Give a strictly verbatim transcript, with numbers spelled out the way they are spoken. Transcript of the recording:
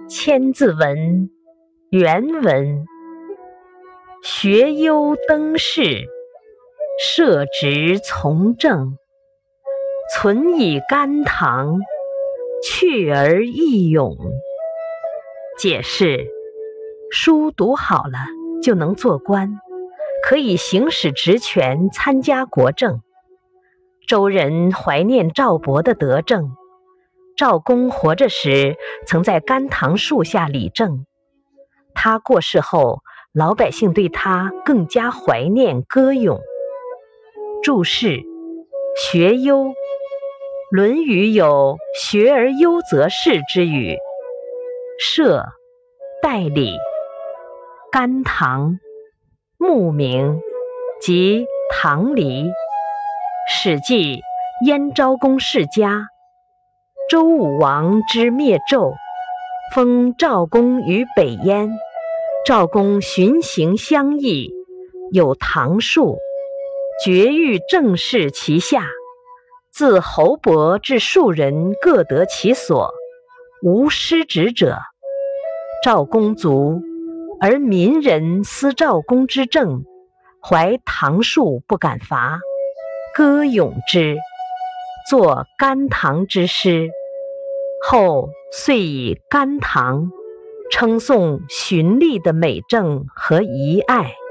千字文，原文：学优登仕，摄职从政，存以甘棠，去而益勇。解释：书读好了就能做官，可以行使职权，参加国政。周人怀念赵伯的德政，赵公活着时曾在甘棠树下理政，他过世后，老百姓对他更加怀念歌咏。注释：学优，论语有学而优则仕之语。摄，代理。甘棠，木名，即棠梨。史记燕昭公世家，周武王之灭纣，封赵公于北燕。赵公循行相议，有棠树，绝育正室其下，自侯伯至庶人各得其所，无失职者。赵公卒，而民人思赵公之政，怀棠树不敢伐，歌咏之，作甘棠之诗。后遂以甘棠称颂荀立的美政和遗爱。